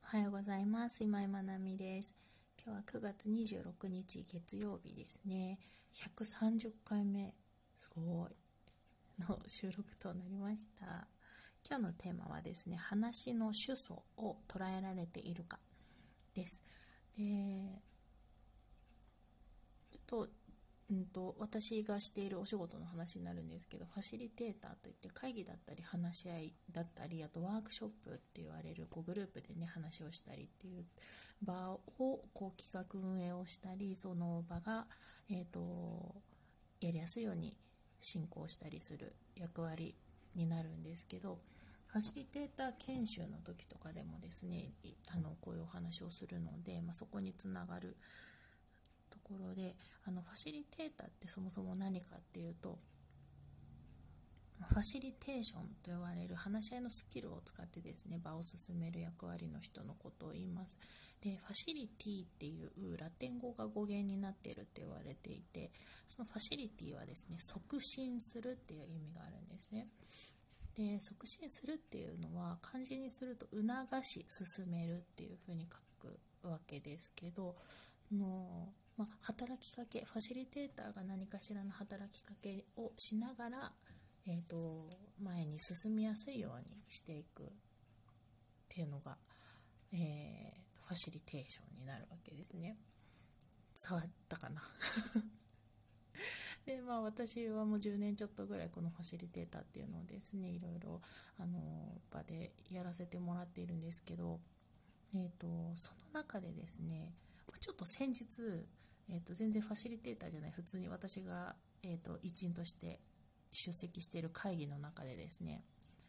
おはようございます。今井まなみです。今日は9月26日月曜日ですね。130回目、すごいの収録となりました。今日のテーマはですね、話の主訴を捉えられているかです。で、私がしているお仕事の話になるんですけど、ファシリテーターといって会議だったり話し合いだったり、あとワークショップって言われるグループでね話をしたりっていう場を企画運営をしたり、その場が、やりやすいように進行したりする役割になるんですけど、ファシリテーター研修の時とかでもですね、こういうお話をするので、そこにつながるところで、ファシリテーターってそもそも何かっていうと、ファシリテーションと言われる話し合いのスキルを使ってですね、場を進める役割の人のことを言います。で、ファシリティっていうラテン語が語源になっているって言われていて、そのファシリティはですね、促進するっていう意味があるんですね。で、促進するっていうのは漢字にすると促し進めるっていう風に書くわけですけど、働きかけ、ファシリテーターが何かしらの働きかけをしながら、前に進みやすいようにしていくっていうのが、ファシリテーションになるわけですね。伝わったかなで、私はもう10年ちょっとぐらいこのファシリテーターっていうのをですね、いろいろ場でやらせてもらっているんですけど、その中でですね、ちょっと先日、全然ファシリテーターじゃない、普通に私が、一員として出席している会議の中でですね、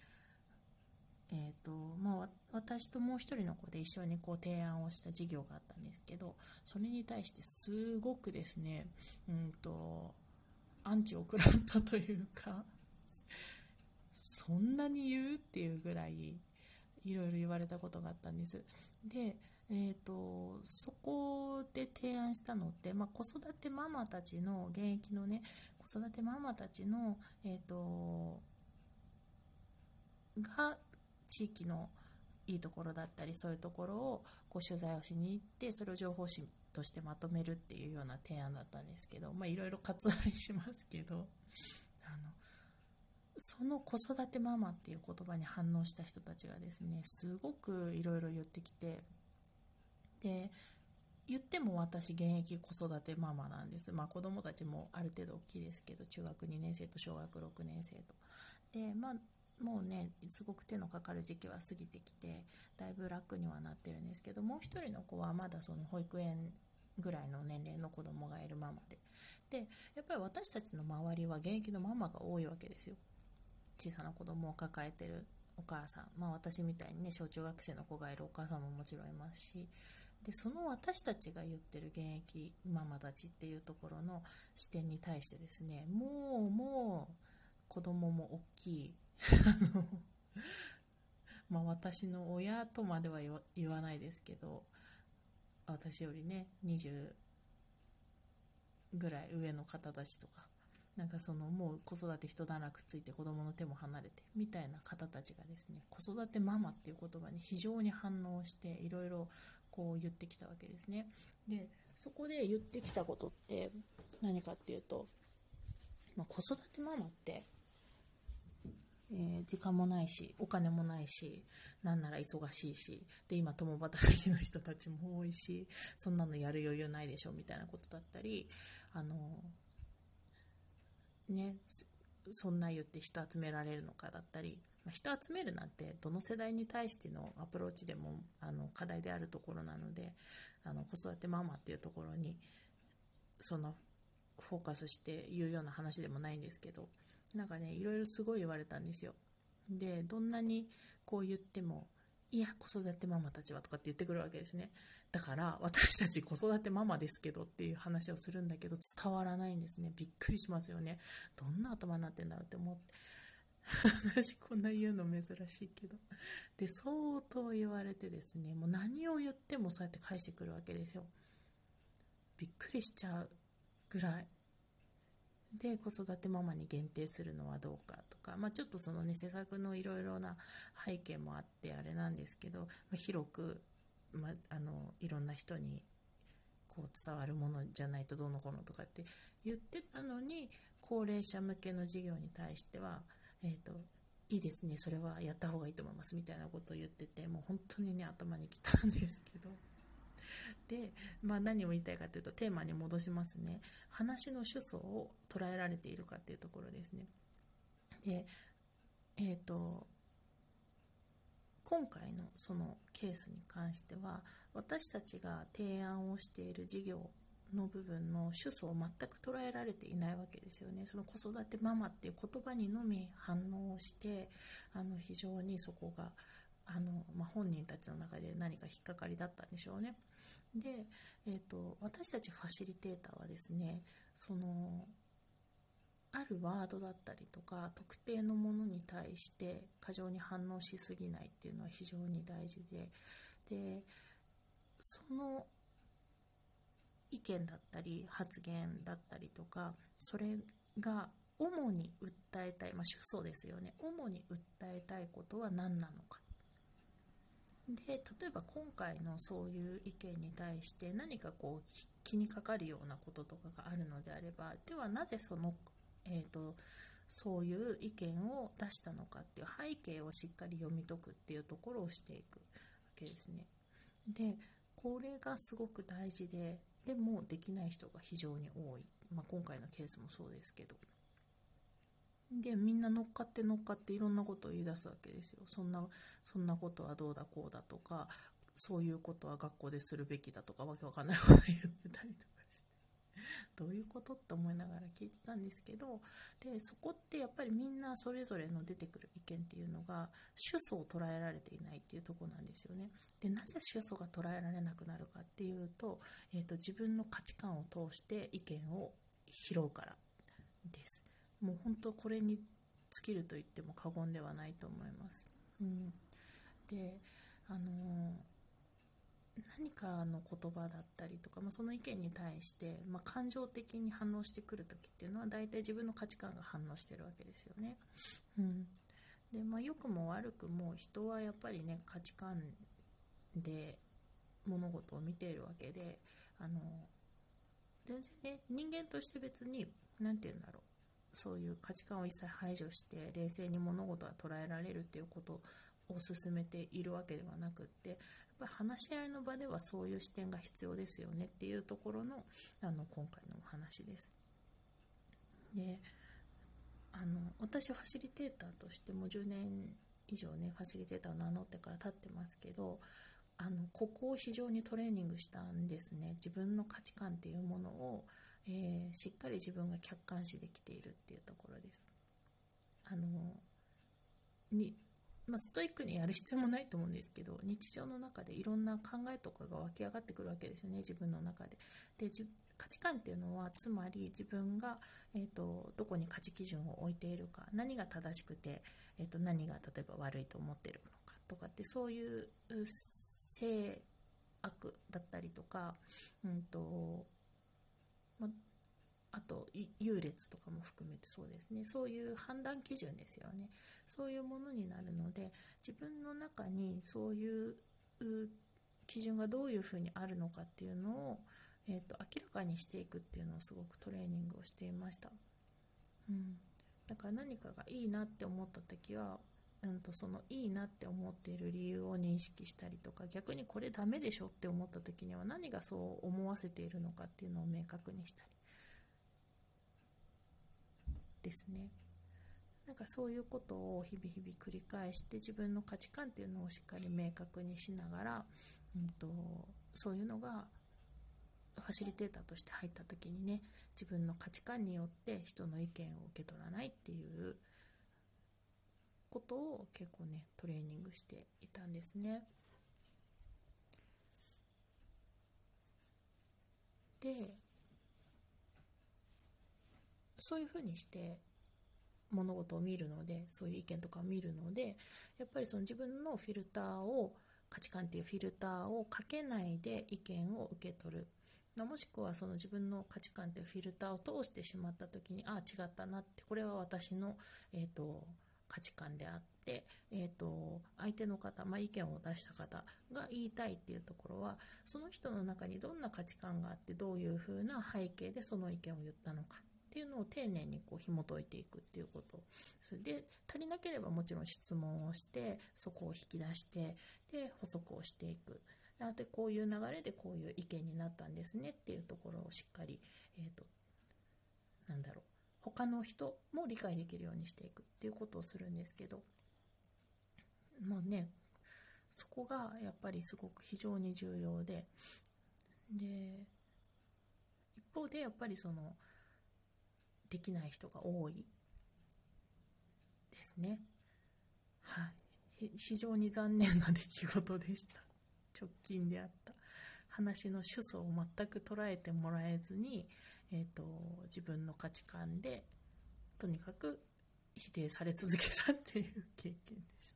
私ともう一人の子で一緒に提案をした事業があったんですけど、それに対してすごくですね、アンチを食らったというか、そんなに言うっていうぐらいいろいろ言われたことがあったんです。で、そこで提案したのって、子育てママたちの現役のね、子育てママたちの、が地域のいいところだったり、そういうところを取材をしに行って、それを情報誌としてまとめるっていうような提案だったんですけど、いろいろ割愛しますけど、その子育てママっていう言葉に反応した人たちがですね、すごくいろいろ言ってきて、で言っても私現役子育てママなんです。子供たちもある程度大きいですけど、中学2年生と小学6年生とで、もうね、すごく手のかかる時期は過ぎてきて、だいぶ楽にはなってるんですけど、もう一人の子はまだその保育園ぐらいの年齢の子供がいるママで、やっぱり私たちの周りは現役のママが多いわけですよ。小さな子供を抱えてるお母さん、私みたいにね、小中学生の子がいるお母さんももちろんいますし、でその私たちが言ってる現役ママたちっていうところの視点に対してですね、もう子供も大きい私の親とまでは言わないですけど、私よりね20ぐらい上の方たちとか、もう子育て一段落ついて子供の手も離れてみたいな方たちがですね、子育てママっていう言葉に非常に反応していろいろ言ってきたわけですね。でそこで言ってきたことって何かっていうと、子育てママって時間もないしお金もないし、なんなら忙しいし、で今共働きの人たちも多いし、そんなのやる余裕ないでしょみたいなことだったり、そんな言って人集められるのかだったり、人集めるなんてどの世代に対してのアプローチでも課題であるところなので、子育てママっていうところにそんなフォーカスして言うような話でもないんですけど、いろいろすごい言われたんですよ。でどんなに言っても、いや子育てママたちはとかって言ってくるわけですね。だから私たち子育てママですけどっていう話をするんだけど伝わらないんですね。びっくりしますよね。どんな頭になってんだろうって思って私こんな言うの珍しいけど、で相当言われてですね、もう何を言ってもそうやって返してくるわけですよ。びっくりしちゃうぐらいで、子育てママに限定するのはどうかとか、ちょっとそのね施策のいろいろな背景もあってあれなんですけど、広くいろんな人にこう伝わるものじゃないとどうのこうのとかって言ってたのに、高齢者向けの事業に対しては、いいですね、それはやった方がいいと思いますみたいなことを言ってて、もう本当にね頭にきたんですけど、で、何を言いたいかというと、テーマに戻しますね。話の主訴を捉えられているかっていうところですね。で、今回のそのケースに関しては、私たちが提案をしている事業の部分の主訴を全く捉えられていないわけですよね。その子育てママっていう言葉にのみ反応して、非常にそこが本人たちの中で何か引っかかりだったんでしょうね。で、私たちファシリテーターはですね、あるワードだったりとか特定のものに対して過剰に反応しすぎないっていうのは非常に大事で、その意見だったり発言だったりとか、それが主に訴えたい、主訴ですよね、主に訴えたいことは何なのか。で、例えば今回のそういう意見に対して何かこう気にかかるようなこととかがあるのであれば、ではなぜそういう意見を出したのかっていう背景をしっかり読み解くっていうところをしていくわけですね。で、これがすごく大事でもできない人が非常に多い、今回のケースもそうですけど、でみんな乗っかっていろんなことを言い出すわけですよ。そんなことはどうだこうだとか、そういうことは学校でするべきだとか、わけわかんないこと言ってたりとかして、どういうことって思いながら聞いてたんですけど、でそこってやっぱりみんなそれぞれの出てくる意見っていうのが主訴を捉えられていないっていうところなんですよね。で、なぜ主訴が捉えられなくなるかっていうと、自分の価値観を通して意見を拾うからです。もう本当これに尽きると言っても過言ではないと思います。で、何かの言葉だったりとか、その意見に対して、感情的に反応してくるときっていうのは大体自分の価値観が反応してるわけですよね。で、良くも悪くも人はやっぱりね、価値観で物事を見ているわけで、全然ね、人間として別に何て言うんだろう、そういう価値観を一切排除して冷静に物事は捉えられるっていうことを進めているわけではなくって、やっぱり話し合いの場ではそういう視点が必要ですよねっていうところの、今回のお話です。で、私ファシリテーターとしても10年以上ね、ファシリテーターを名乗ってから経ってますけど、ここを非常にトレーニングしたんですね。自分の価値観っていうものを、しっかり自分が客観視できているっていうところです。ストイックにやる必要もないと思うんですけど、日常の中でいろんな考えとかが湧き上がってくるわけですよね、自分の中で。で、価値観っていうのはつまり自分が、どこに価値基準を置いているか、何が正しくて、何が例えば悪いと思っているのかとかって、そういう性悪だったりとか、あと優劣とかも含めてそうですね、そういう判断基準ですよね。そういうものになるので、自分の中にそういう基準がどういうふうにあるのかっていうのを、明らかにしていくっていうのをすごくトレーニングをしていました。だから何かがいいなって思った時は、そのいいなって思っている理由を認識したりとか、逆にこれダメでしょって思った時には何がそう思わせているのかっていうのを明確にしたりですね。なんかそういうことを日々繰り返して、自分の価値観っていうのをしっかり明確にしながら、そういうのがファシリテーターとして入った時にね、自分の価値観によって人の意見を受け取らないっていうことを結構ね、トレーニングしていたんですね。で、そういうふうにして物事を見るので、そういう意見とかを見るので、やっぱりその自分のフィルターを、価値観っていうフィルターをかけないで意見を受け取る。もしくはその自分の価値観というフィルターを通してしまった時に、違ったなって、これは私の、価値観であっで、相手の方、意見を出した方が言いたいっていうところは、その人の中にどんな価値観があってどういうふうな背景でその意見を言ったのかっていうのを丁寧に紐解いていくっていうこと。それで足りなければもちろん質問をしてそこを引き出してで補足をしていく。でこういう流れでこういう意見になったんですねっていうところをしっかり、他の人も理解できるようにしていくっていうことをするんですけど、そこがやっぱりすごく非常に重要で、一方でやっぱりできない人が多いですね。はい、非常に残念な出来事でした。直近であった話の主訴を全く捉えてもらえずに、自分の価値観でとにかく否定され続けたっていう経験でした。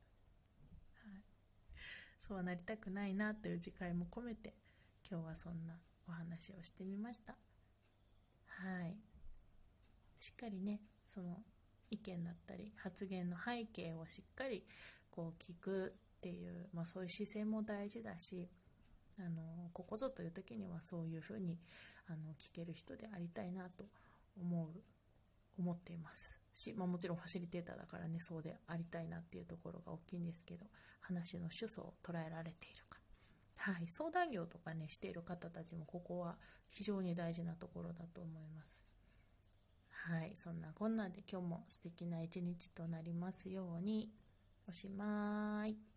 はい、そうはなりたくないなという自戒も込めて今日はそんなお話をしてみました。はい、しっかりね、その意見だったり発言の背景をしっかり聞くっていう、そういう姿勢も大事だし、ここぞという時にはそういうふうに聞ける人でありたいなと思っていますし、もちろんファシリテーターだからね、そうでありたいなっていうところが大きいんですけど、話の主訴を捉えられているか、はい、相談業とかねしている方たちもここは非常に大事なところだと思います。はい、そんなこんなで今日も素敵な一日となりますように。おしまい。